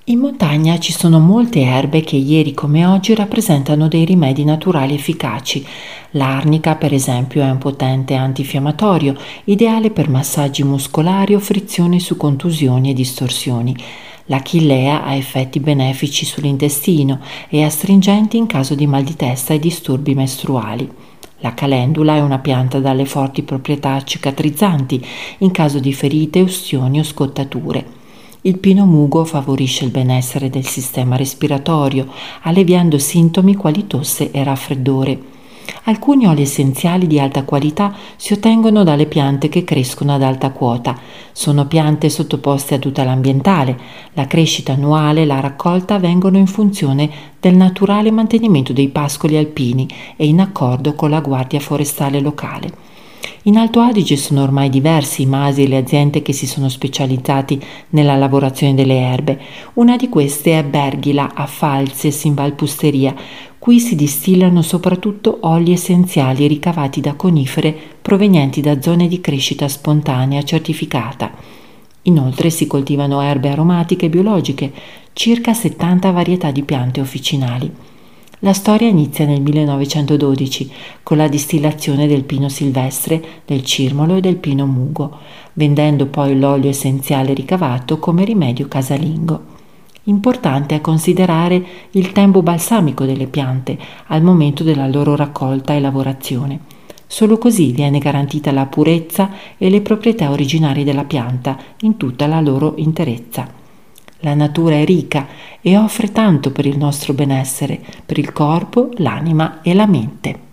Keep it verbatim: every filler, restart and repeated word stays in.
In montagna ci sono molte erbe che ieri come oggi rappresentano dei rimedi naturali efficaci. L'arnica, per esempio, è un potente antinfiammatorio, ideale per massaggi muscolari o frizioni su contusioni e distorsioni. L'achillea ha effetti benefici sull'intestino e astringenti in caso di mal di testa e disturbi mestruali. La calendula è una pianta dalle forti proprietà cicatrizzanti in caso di ferite, ustioni o scottature. Il pino mugo favorisce il benessere del sistema respiratorio, alleviando sintomi quali tosse e raffreddore. Alcuni oli essenziali di alta qualità si ottengono dalle piante che crescono ad alta quota. Sono piante sottoposte a tutela ambientale. La crescita annuale e la raccolta avvengono in funzione del naturale mantenimento dei pascoli alpini e in accordo con la Guardia Forestale locale. In Alto Adige sono ormai diversi i masi e le aziende che si sono specializzati nella lavorazione delle erbe. Una di queste è Berghila a Falzes in Valpusteria. Qui si distillano soprattutto oli essenziali ricavati da conifere provenienti da zone di crescita spontanea certificata. Inoltre si coltivano erbe aromatiche biologiche, circa settanta varietà di piante officinali. La storia inizia nel millenovecentododici con la distillazione del pino silvestre, del cirmolo e del pino mugo, vendendo poi l'olio essenziale ricavato come rimedio casalingo. Importante è considerare il tempo balsamico delle piante al momento della loro raccolta e lavorazione. Solo così viene garantita la purezza e le proprietà originarie della pianta in tutta la loro interezza. La natura è ricca e offre tanto per il nostro benessere, per il corpo, l'anima e la mente.